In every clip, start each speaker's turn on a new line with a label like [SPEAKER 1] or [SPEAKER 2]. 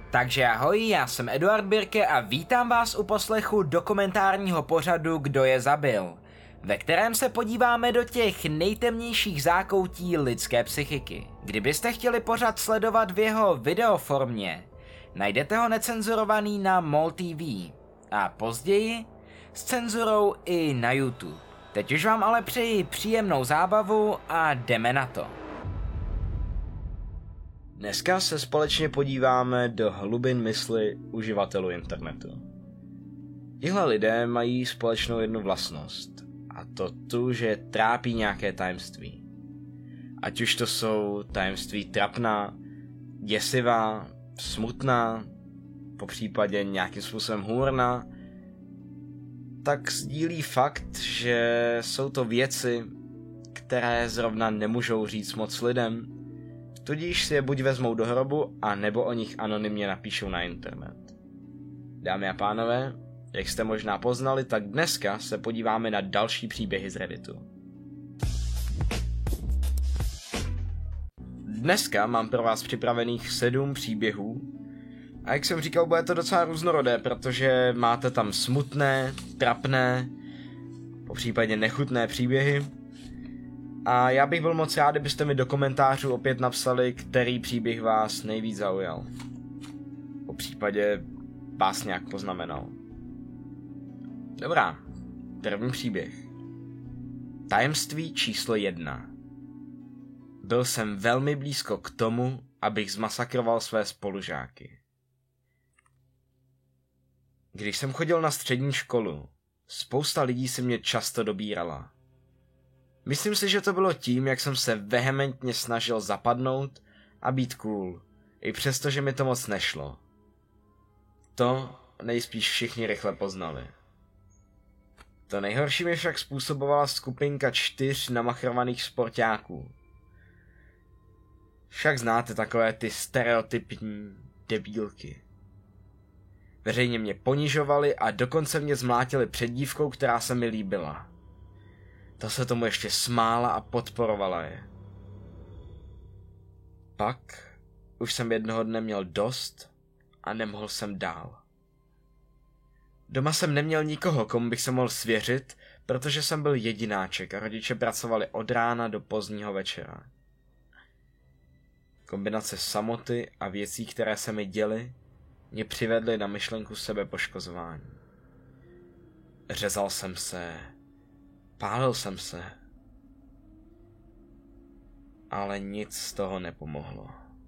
[SPEAKER 1] Takže ahoj, já jsem Eduard Birke a vítám vás u poslechu dokumentárního pořadu Kdo je zabil, ve kterém se podíváme do těch nejtemnějších zákoutí lidské psychiky. Kdybyste chtěli pořad sledovat v jeho videoformě, najdete ho necenzurovaný na MOL TV a později s cenzurou i na YouTube. Teď už vám ale přeji příjemnou zábavu a jdeme na to.
[SPEAKER 2] Dneska se společně podíváme do hlubin mysli uživatelů internetu. Tihle lidé mají společnou jednu vlastnost, a to tu, že trápí nějaké tajemství. Ať už to jsou tajemství trapná, děsivá, smutná, popřípadě nějakým způsobem hůrná, tak sdílí fakt, že jsou to věci, které zrovna nemůžou říct moc lidem, tudíž si je buď vezmou do hrobu, a nebo o nich anonymně napíšou na internet. Dámy a pánové, jak jste možná poznali, tak dneska se podíváme na další příběhy z Redditu. Dneska mám pro vás připravených 7 příběhů a jak jsem říkal, bude to docela různorodé, protože máte tam smutné, trapné, popřípadě nechutné příběhy. A já bych byl moc rád, kdybyste mi do komentářů opět napsali, který příběh vás nejvíc zaujal. Popřípadě vás nějak poznamenal. Dobrá, první příběh. Tajemství číslo 1. Byl jsem velmi blízko k tomu, abych zmasakroval své spolužáky. Když jsem chodil na střední školu, spousta lidí si mě často dobírala. Myslím si, že to bylo tím, jak jsem se vehementně snažil zapadnout a být cool, i přesto, že mi to moc nešlo. To nejspíš všichni rychle poznali. To nejhorší mi však způsobovala skupinka 4 namachrovaných sportáků. Však znáte takové ty stereotypní debílky. Veřejně mě ponižovali a dokonce mě zmlátili před dívkou, která se mi líbila. Ta se tomu ještě smála a podporovala je. Pak už jsem jednoho dne měl dost a nemohl jsem dál. Doma jsem neměl nikoho, komu bych se mohl svěřit, protože jsem byl jedináček a rodiče pracovali od rána do pozdního večera. Kombinace samoty a věcí, které se mi děly, mě přivedly na myšlenku sebepoškozování. Řezal jsem se, pálil jsem se, ale nic z toho nepomohlo.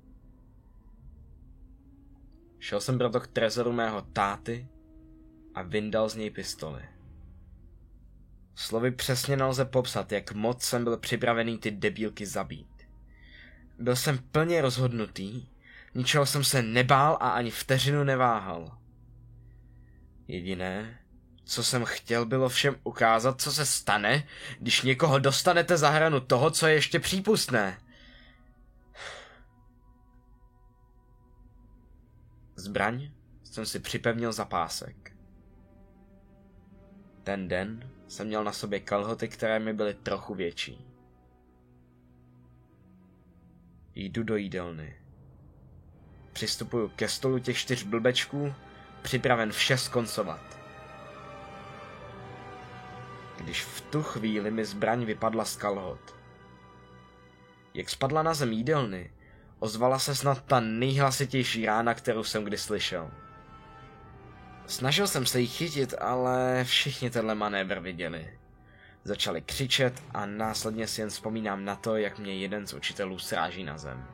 [SPEAKER 2] Šel jsem proto k trezoru mého táty a vyndal z něj pistoli. Slovy přesně nelze popsat, jak moc jsem byl připravený ty debílky zabít. Byl jsem plně rozhodnutý, ničeho jsem se nebál a ani vteřinu neváhal. Jediné, co jsem chtěl, bylo všem ukázat, co se stane, když někoho dostanete za hranu toho, co je ještě přípustné. Zbraň jsem si připevnil za pásek. Ten den jsem měl na sobě kalhoty, které mi byly trochu větší. Jdu do jídelny. Přistupuju ke stolu těch 4 blbečků, připraven vše skoncovat. Když v tu chvíli mi zbraň vypadla z kalhot. Jak spadla na zem jídelny, ozvala se snad ta nejhlasitější rána, kterou jsem kdy slyšel. Snažil jsem se jí chytit, ale všichni tenhle manévr viděli. Začali křičet a následně si jen vzpomínám na to, jak mě jeden z učitelů sráží na zem.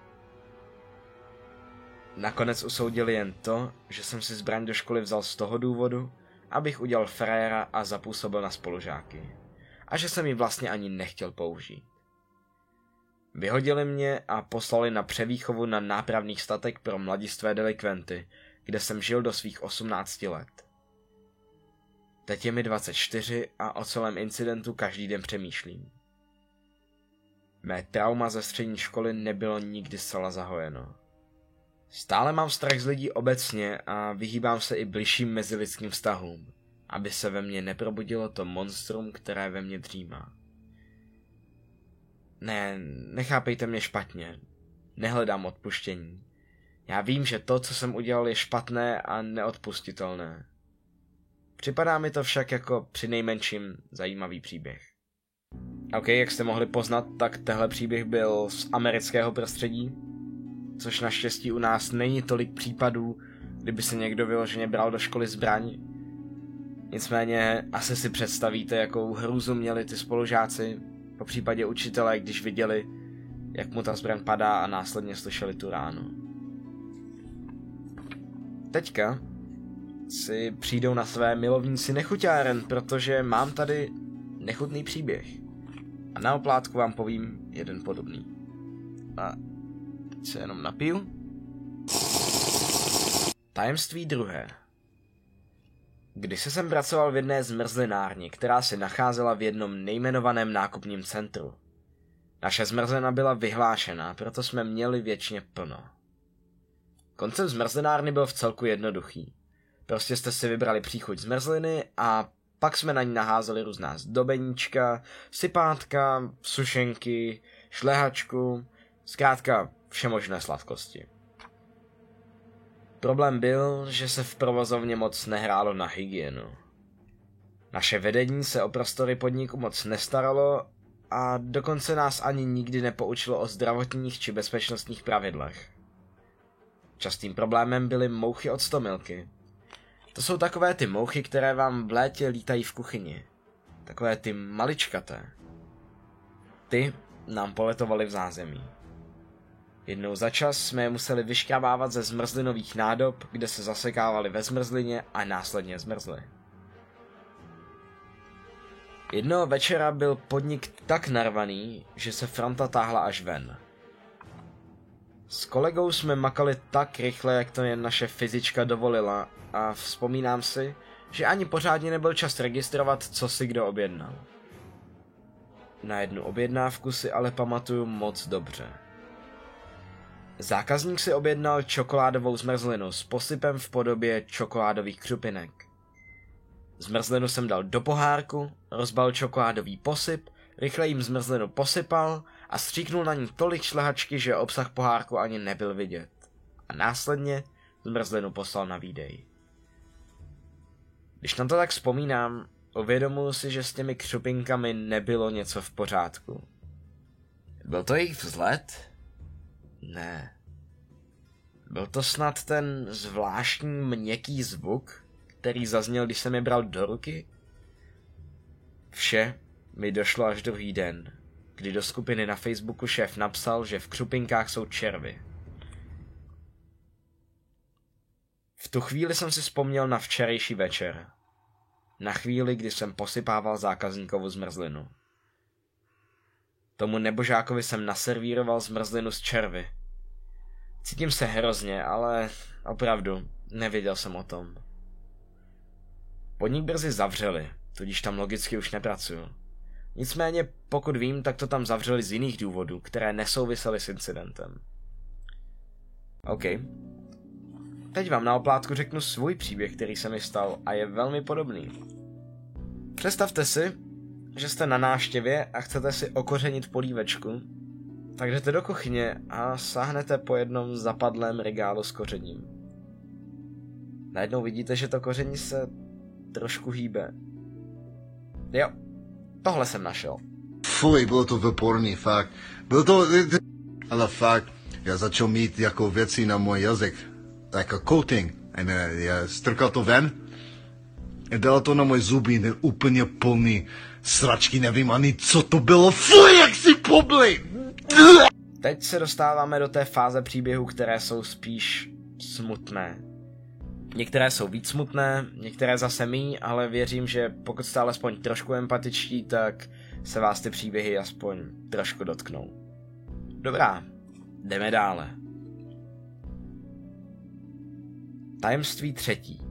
[SPEAKER 2] Nakonec usoudili jen to, že jsem si zbraň do školy vzal z toho důvodu, abych udělal frajera a zapůsobil na spolužáky. A že jsem ji vlastně ani nechtěl použít. Vyhodili mě a poslali na převýchovu na nápravný statek pro mladistvé delikventy, kde jsem žil do svých 18 let. Teď je mi 24 a o celém incidentu každý den přemýšlím. Mé trauma ze střední školy nebylo nikdy zcela zahojeno. Stále mám strach z lidí obecně a vyhýbám se i bližším mezilidským vztahům, aby se ve mně neprobudilo to monstrum, které ve mně dřímá. Ne, nechápejte mě špatně. Nehledám odpuštění. Já vím, že to, co jsem udělal, je špatné a neodpustitelné. Připadá mi to však jako přinejmenším zajímavý příběh. OK, jak jste mohli poznat, tak tehle příběh byl z amerického prostředí, což naštěstí u nás není tolik případů, kdyby se někdo vyloženě bral do školy zbraň. Nicméně asi si představíte, jakou hrůzu měli ty spolužáci, po případě učitelé, když viděli, jak mu ta zbraň padá a následně slyšeli tu ránu. Teďka si přijdou na své milovníci nechuťáren, protože mám tady nechutný příběh. A na oplátku vám povím jeden podobný. A teď se jenom napiju. Tajemství druhé. Když jsem pracoval v jedné zmrzlinárně, která se nacházela v jednom nejmenovaném nákupním centru. Naše zmrzlina byla vyhlášená, proto jsme měli věčně plno. Koncept zmrzlinárny byl vcelku jednoduchý. Prostě jste si vybrali příchuť zmrzliny a pak jsme na ní naházeli různá zdobeníčka, sypátka, sušenky, šlehačku, zkrátka všemožné sladkosti. Problém byl, že se v provozovně moc nehrálo na hygienu. Naše vedení se o prostory podniku moc nestaralo a dokonce nás ani nikdy nepoučilo o zdravotních či bezpečnostních pravidlech. Častým problémem byly mouchy od stomilky. To jsou takové ty mouchy, které vám v létě lítají v kuchyni. Takové ty maličkaté. Ty nám poletovaly v zázemí. Jednou za čas jsme je museli vyškrabávat ze zmrzlinových nádob, kde se zasekávaly ve zmrzlině a následně zmrzly. Jednoho večera byl podnik tak narvaný, že se fronta táhla až ven. S kolegou jsme makali tak rychle, jak to jen naše fyzička dovolila a vzpomínám si, že ani pořádně nebyl čas registrovat, co si kdo objednal. Na jednu objednávku si ale pamatuju moc dobře. Zákazník si objednal čokoládovou zmrzlinu s posypem v podobě čokoládových křupinek. Zmrzlinu jsem dal do pohárku, rozbal čokoládový posyp, rychle jim zmrzlinu posypal a stříknul na ní tolik šlehačky, že obsah pohárku ani nebyl vidět. A následně zmrzlinu poslal na výdej. Když na to tak vzpomínám, uvědomuji si, že s těmi křupinkami nebylo něco v pořádku. Byl to jejich vzhled? Ne. Byl to snad ten zvláštní měkký zvuk, který zazněl, když jsem je bral do ruky? Vše mi došlo až druhý den, kdy do skupiny na Facebooku šéf napsal, že v křupinkách jsou červy. V tu chvíli jsem si vzpomněl na včerejší večer. Na chvíli, kdy jsem posypával zákazníkovu zmrzlinu. Tomu nebožákovi jsem naservíroval zmrzlinu z červy. Cítím se hrozně, ale opravdu nevěděl jsem o tom. Podnik brzy zavřeli, tudíž tam logicky už nepracuju. Nicméně, pokud vím, tak to tam zavřeli z jiných důvodů, které nesouvisely s incidentem. OK. Teď vám na oplátku řeknu svůj příběh, který se mi stal a je velmi podobný. Představte si, že jste na návštěvě a chcete si okořenit polívečku, tak jdete do kuchyně a sáhnete po jednom zapadlém regálu s kořením. Najednou vidíte, že to koření se trošku hýbe. Jo, tohle jsem našel.
[SPEAKER 3] Fuj, bylo to výborný, fakt. Bylo to... Ale fakt, já začal mít jako věci na můj jazyk. Jako coating. A já strkal to ven. A dal to na můj zuby, úplně plný sračky, nevím ani co to bylo. Fuj, jak si pobli!
[SPEAKER 2] Teď se dostáváme do té fáze příběhu, které jsou spíš smutné. Některé jsou víc smutné, některé zase míň, ale věřím, že pokud jste alespoň trošku empatičtí, tak se vás ty příběhy aspoň trošku dotknou. Dobrá, jdeme dále. Tajemství třetí.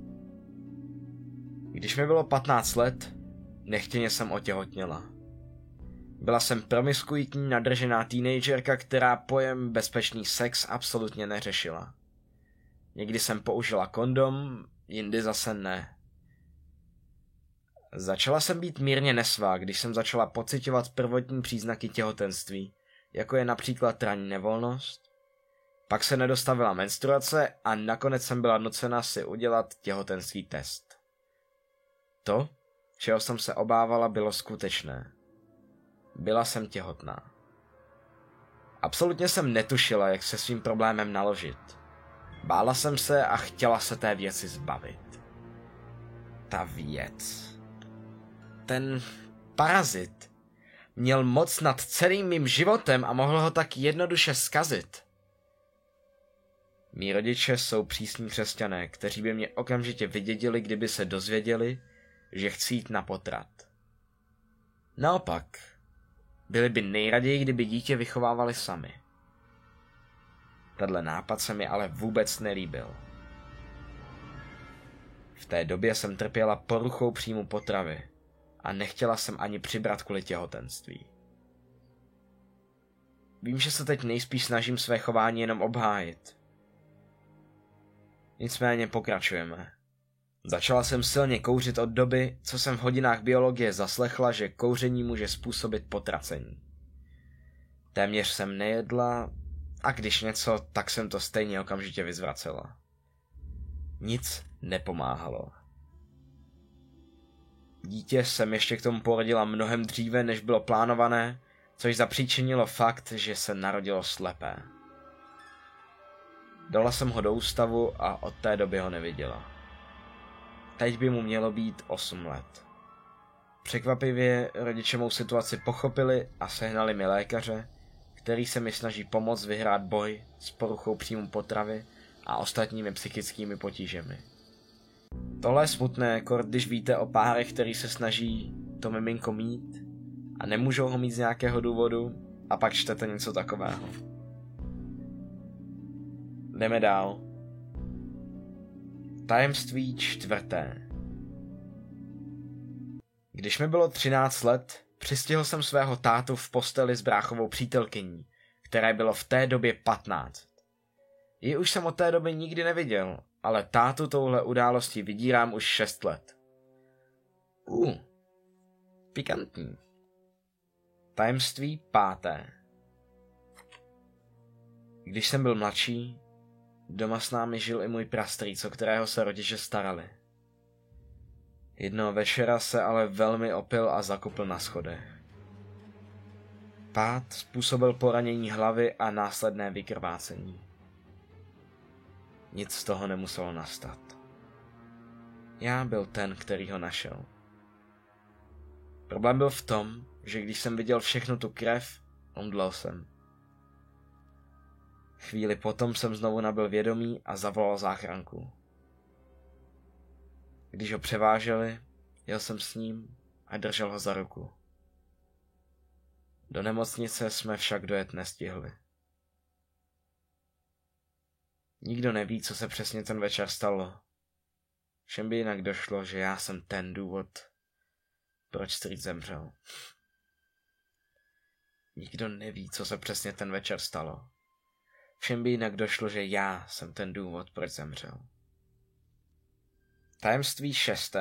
[SPEAKER 2] Když mi bylo 15 let, nechtěně jsem otěhotněla. Byla jsem promiskuitní, nadržená teenagerka, která pojem bezpečný sex absolutně neřešila. Někdy jsem použila kondom, jindy zase ne. Začala jsem být mírně nesvá, když jsem začala pociťovat prvotní příznaky těhotenství, jako je například ranní nevolnost, Pak se nedostavila menstruace a nakonec jsem byla nucena si udělat těhotenský test. To, čeho jsem se obávala, bylo skutečné. Byla jsem těhotná. Absolutně jsem netušila, jak se svým problémem naložit. Bála jsem se a chtěla se té věci zbavit. Ta věc. Ten parazit měl moc nad celým mým životem a mohl ho tak jednoduše zkazit. Mí rodiče jsou přísní křesťané, kteří by mě okamžitě vydědili, kdyby se dozvěděli, že chci jít na potrat. Naopak, byli by nejraději, kdyby dítě vychovávali sami. Tenhle nápad se mi ale vůbec nelíbil. V té době jsem trpěla poruchou příjmu potravy a nechtěla jsem ani přibrat kvůli těhotenství. Vím, že se teď nejspíš snažím své chování jenom obhájit. Nicméně pokračujeme. Začala jsem silně kouřit od doby, co jsem v hodinách biologie zaslechla, že kouření může způsobit potracení. Téměř jsem nejedla a když něco, tak jsem to stejně okamžitě vyzvracela. Nic nepomáhalo. Dítě jsem ještě k tomu porodila mnohem dříve, než bylo plánované, což zapříčinilo fakt, že se narodilo slepé. Dala jsem ho do ústavu a od té doby ho neviděla. Teď by mu mělo být 8 let. Překvapivě rodiče mou situaci pochopili a sehnali mi lékaře, který se mi snaží pomoct vyhrát boj s poruchou příjmu potravy a ostatními psychickými potížemi. Tohle je smutné, když víte o párech, který se snaží to miminko mít a nemůžou ho mít z nějakého důvodu a pak čtete něco takového. Jdeme dál. Tajemství 4. Když mi bylo 13 let, přistihl jsem svého tátu v posteli s bráchovou přítelkyní, které bylo v té době 15. Ji už jsem od té doby nikdy neviděl, ale tátu touhle událostí vydírám už 6 let. Pikantní. Tajemství 5. Když jsem byl mladší, doma s námi žil i můj prastrýc, o kterého se rodiče starali. Jednoho večera se ale velmi opil a zakopl na schodech. Pád způsobil poranění hlavy a následné vykrvácení. Nic z toho nemuselo nastat. Já byl ten, který ho našel. Problém byl v tom, že když jsem viděl všechnu tu krev, omdlel jsem. Chvíli potom jsem znovu nabyl vědomí a zavolal záchranku. Když ho převáželi, jel jsem s ním a držel ho za ruku. Do nemocnice jsme však dojet nestihli. Nikdo neví, co se přesně ten večer stalo. Všem by jinak došlo, že já jsem ten důvod, proč strýc zemřel. Nikdo neví, co se přesně ten večer stalo. Všem by jinak došlo, že já jsem ten důvod, proč zemřel. Tajemství 6.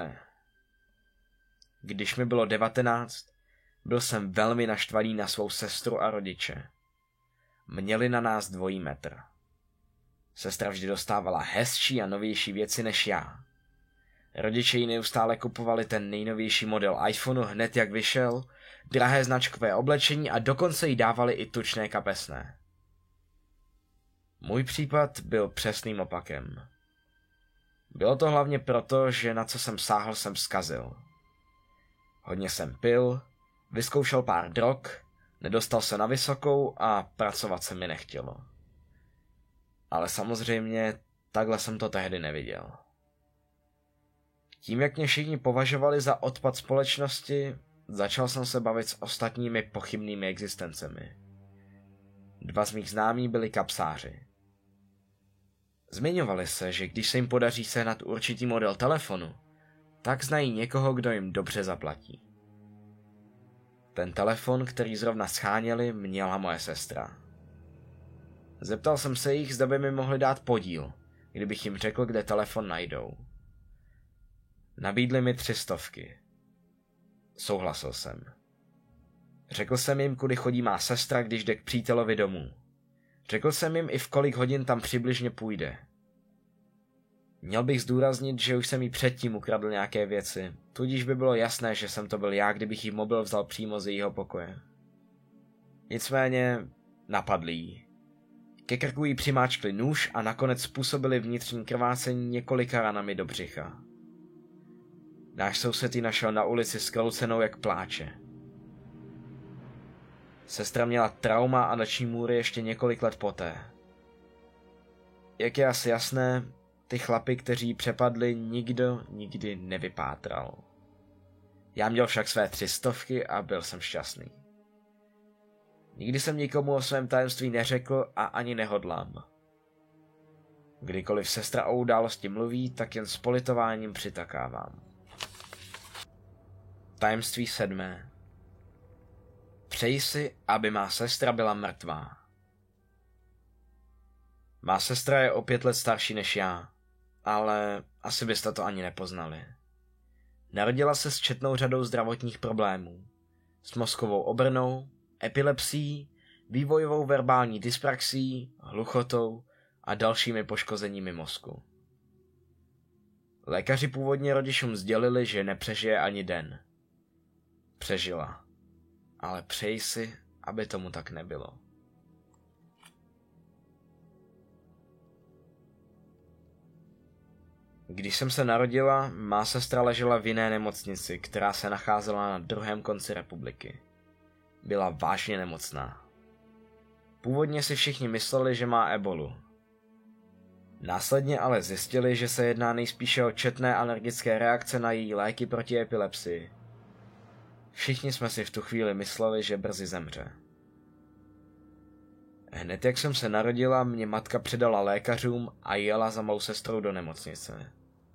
[SPEAKER 2] Když mi bylo 19, byl jsem velmi naštvaný na svou sestru a rodiče. Měli na nás 2 metr. Sestra vždy dostávala hezčí a novější věci než já. Rodiče jí neustále kupovali ten nejnovější model iPhoneu hned jak vyšel, drahé značkové oblečení a dokonce jí dávali i tučné kapesné. Můj případ byl přesným opakem. Bylo to hlavně proto, že na co jsem sáhl, jsem zkazil. Hodně jsem pil, vyzkoušel pár drog, nedostal se na vysokou a pracovat se mi nechtělo. Ale samozřejmě takhle jsem to tehdy neviděl. Tím, jak mě všichni považovali za odpad společnosti, začal jsem se bavit s ostatními pochybnými existencemi. 2 z mých známých byli kapsáři. Zmiňovali se, že když se jim podaří sehnat určitý model telefonu, tak znají někoho, kdo jim dobře zaplatí. Ten telefon, který zrovna scháněli, měla moje sestra. Zeptal jsem se jich, zda by mi mohli dát podíl, kdybych jim řekl, kde telefon najdou. Nabídli mi 300. Souhlasil jsem. Řekl jsem jim, kudy chodí má sestra, když jde k přítelovi domů. Řekl jsem jim i v kolik hodin tam přibližně půjde. Měl bych zdůraznit, že už jsem jí předtím ukradl nějaké věci, tudíž by bylo jasné, že jsem to byl já, kdybych jí mobil vzal přímo z jejího pokoje. Nicméně napadli jí. Ke krku jí přimáčkli nůž a nakonec způsobili vnitřní krvácení několika ranami do břicha. Náš soused ji našel na ulici skroucenou jak pláče. Sestra měla trauma a noční můry ještě několik let poté. Jak je asi jasné, ty chlapy, kteří ji přepadli, nikdo nikdy nevypátral. Já měl však své 300 a byl jsem šťastný. Nikdy jsem nikomu o svém tajemství neřekl a ani nehodlám. Kdykoliv sestra o události mluví, tak jen s politováním přitakávám. Tajemství 7. Přeji si, aby má sestra byla mrtvá. Má sestra je o 5 let starší než já, ale asi byste to ani nepoznali. Narodila se s četnou řadou zdravotních problémů. S mozkovou obrnou, epilepsií, vývojovou verbální dyspraxií, hluchotou a dalšími poškozeními mozku. Lékaři původně rodičům sdělili, že nepřežije ani den. Přežila. Ale přeji si, aby tomu tak nebylo. Když jsem se narodila, má sestra ležela v jiné nemocnici, která se nacházela na druhém konci republiky. Byla vážně nemocná. Původně si všichni mysleli, že má ebolu. Následně ale zjistili, že se jedná nejspíše o četné alergické reakce na její léky proti epilepsii. Všichni jsme si v tu chvíli mysleli, že brzy zemře. Hned jak jsem se narodila, mě matka předala lékařům a jela za mou sestrou do nemocnice.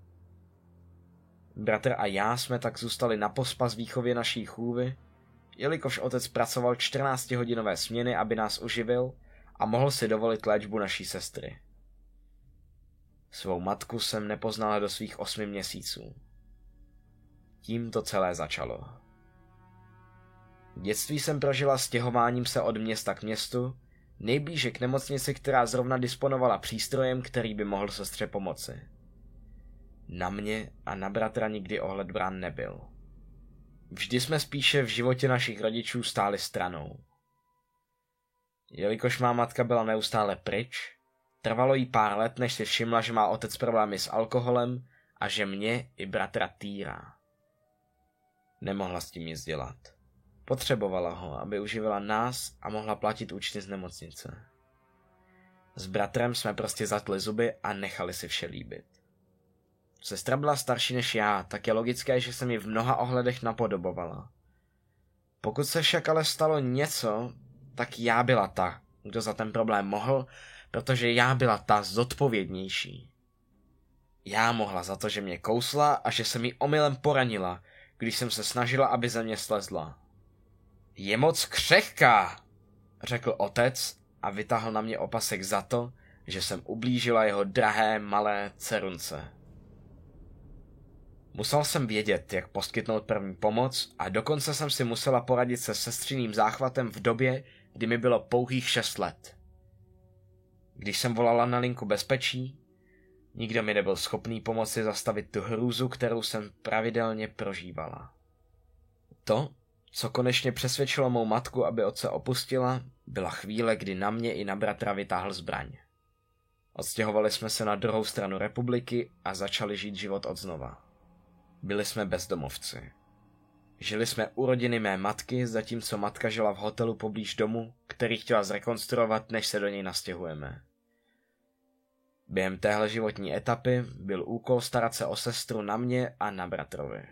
[SPEAKER 2] Bratr a já jsme tak zůstali na pospas výchově naší chůvy, jelikož otec pracoval 14hodinové směny, aby nás uživil a mohl si dovolit léčbu naší sestry. Svou matku jsem nepoznala do svých 8 měsíců. Tím to celé začalo. Dětství jsem prožila stěhováním se od města k městu, nejblíže k nemocnici, která zrovna disponovala přístrojem, který by mohl sestře pomoci. Na mě a na bratra nikdy ohled brán nebyl. Vždy jsme spíše v životě našich rodičů stáli stranou. Jelikož má matka byla neustále pryč, trvalo jí pár let, než si všimla, že má otec problémy s alkoholem a že mě i bratra týrá. Nemohla s tím nic dělat. Potřebovala ho, aby uživila nás a mohla platit účty z nemocnice. S bratrem jsme prostě zatli zuby a nechali si vše líbit. Sestra byla starší než já, tak je logické, že se mi v mnoha ohledech napodobovala. Pokud se však ale stalo něco, tak já byla ta, kdo za ten problém mohl, protože já byla ta zodpovědnější. Já mohla za to, že mě kousla a že se mi omylem poranila, když jsem se snažila, aby ze mě slezla. Je moc křehká, řekl otec a vytáhl na mě opasek za to, že jsem ublížila jeho drahé malé cerunce. Musel jsem vědět, jak poskytnout první pomoc a dokonce jsem si musela poradit se sestřiným záchvatem v době, kdy mi bylo pouhých 6 let. Když jsem volala na linku bezpečí, nikdo mi nebyl schopný pomoci zastavit tu hrůzu, kterou jsem pravidelně prožívala. To, co konečně přesvědčilo mou matku, aby otce opustila, byla chvíle, kdy na mě i na bratra vytáhl zbraň. Odstěhovali jsme se na druhou stranu republiky a začali žít život odznova. Byli jsme bezdomovci. Žili jsme u rodiny mé matky, zatímco matka žila v hotelu poblíž domu, který chtěla zrekonstruovat, než se do něj nastěhujeme. Během téhle životní etapy byl úkol starat se o sestru na mě a na bratrovi.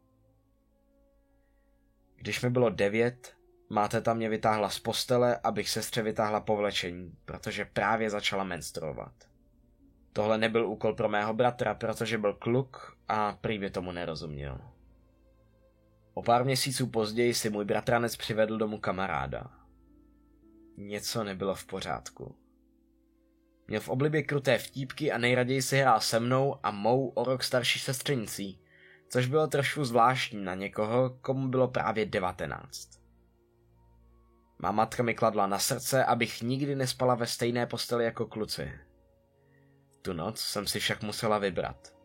[SPEAKER 2] Když mi bylo 9, má teta mě vytáhla z postele, abych sestře vytáhla povlečení, protože právě začala menstruovat. Tohle nebyl úkol pro mého bratra, protože byl kluk a prý by tomu nerozuměl. O pár měsíců později si můj bratranec přivedl domů kamaráda. Něco nebylo v pořádku. Měl v oblibě kruté vtípky a nejraději si hrál se mnou a mou o rok starší sestřenicí, což bylo trošku zvláštní na někoho, komu bylo právě 19. Má matka mi kladla na srdce, abych nikdy nespala ve stejné posteli jako kluci. Tu noc jsem si však musela vybrat.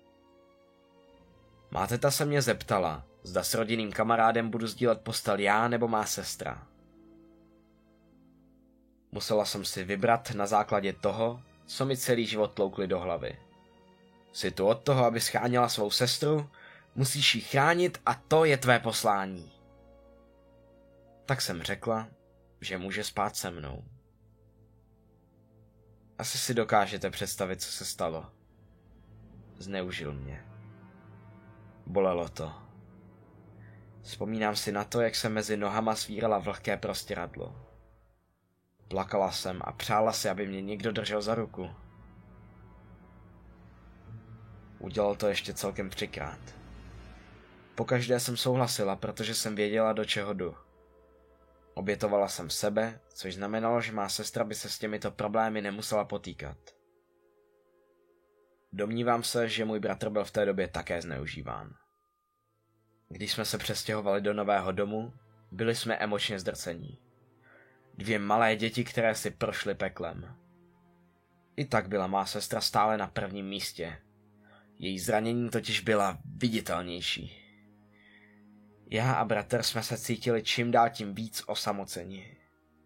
[SPEAKER 2] Má teta se mě zeptala, zda s rodinným kamarádem budu sdílet postel já nebo má sestra. Musela jsem si vybrat na základě toho, co mi celý život tloukli do hlavy. Jsi tu od toho, aby chránila svou sestru, musíš ji chránit a to je tvé poslání. Tak jsem řekla, že může spát se mnou. Asi si dokážete představit, co se stalo. Zneužil mě. Bolelo to. Vzpomínám si na to, jak se mezi nohama svírala vlhké prostěradlo. Plakala jsem a přála si, aby mě někdo držel za ruku. Udělal to ještě celkem 3krát. Pokaždé jsem souhlasila, protože jsem věděla, do čeho jdu. Obětovala jsem sebe, což znamenalo, že má sestra by se s těmito problémy nemusela potýkat. Domnívám se, že můj bratr byl v té době také zneužíván. Když jsme se přestěhovali do nového domu, byli jsme emočně zdrcení. 2 malé děti, které si prošly peklem. I tak byla má sestra stále na prvním místě. Její zranění totiž byla viditelnější. Já a bratr jsme se cítili čím dál tím víc osamoceni.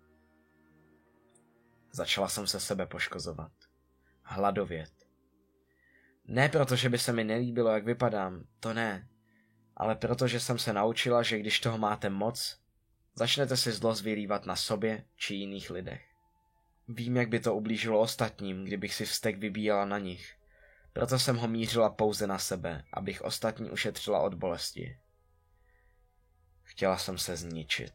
[SPEAKER 2] Začala jsem se sebe poškozovat. Hladovět. Ne proto, že by se mi nelíbilo, jak vypadám, to ne. Ale protože jsem se naučila, že když toho máte moc, začnete si zlost vylívat na sobě či jiných lidech. Vím, jak by to ublížilo ostatním, kdybych si vztek vybíjela na nich. Proto jsem ho mířila pouze na sebe, abych ostatní ušetřila od bolesti. Chtěla jsem se zničit.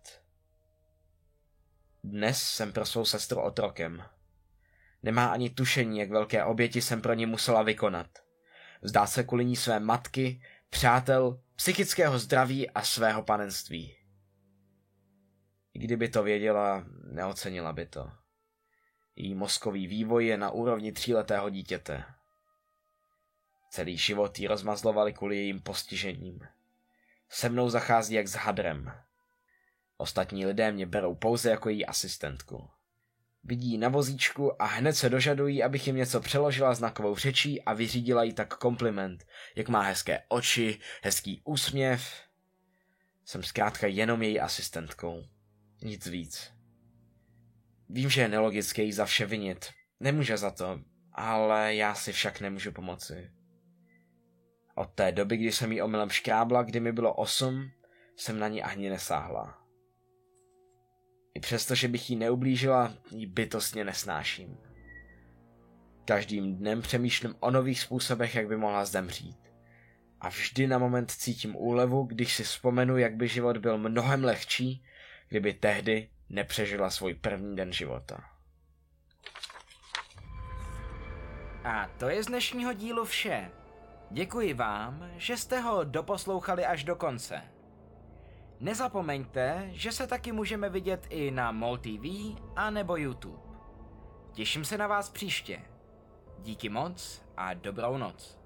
[SPEAKER 2] Dnes jsem pro svou sestru otrokem. Nemá ani tušení, jak velké oběti jsem pro ní musela vykonat. Vzdát se kvůli ní své matky, přátel, psychického zdraví a svého panenství. I kdyby to věděla, neocenila by to. Její mozkový vývoj je na úrovni 3letého dítěte. Celý život ji rozmazlovali kvůli jejím postižením. Se mnou zachází jak s hadrem. Ostatní lidé mě berou pouze jako její asistentku. Vidí ji na vozíčku a hned se dožadují, abych jim něco přeložila znakovou řečí a vyřídila jí tak kompliment, jak má hezké oči, hezký úsměv. Jsem zkrátka jenom její asistentkou. Nic víc. Vím, že je nelogické jí za vše vinit. Nemůže za to, ale já si však nemůžu pomoci. Od té doby, kdy jsem jí omylem škrábla, kdy mi bylo 8, jsem na ní ani nesáhla. I přesto, že bych jí neublížila, jí bytostně nesnáším. Každým dnem přemýšlím o nových způsobech, jak by mohla zemřít. A vždy na moment cítím úlevu, když si vzpomenu, jak by život byl mnohem lehčí, kdyby tehdy nepřežila svůj první den života.
[SPEAKER 1] A to je z dnešního dílu vše. Děkuji vám, že jste ho doposlouchali až do konce. Nezapomeňte, že se taky můžeme vidět i na MOL TV a nebo YouTube. Těším se na vás příště. Díky moc a dobrou noc.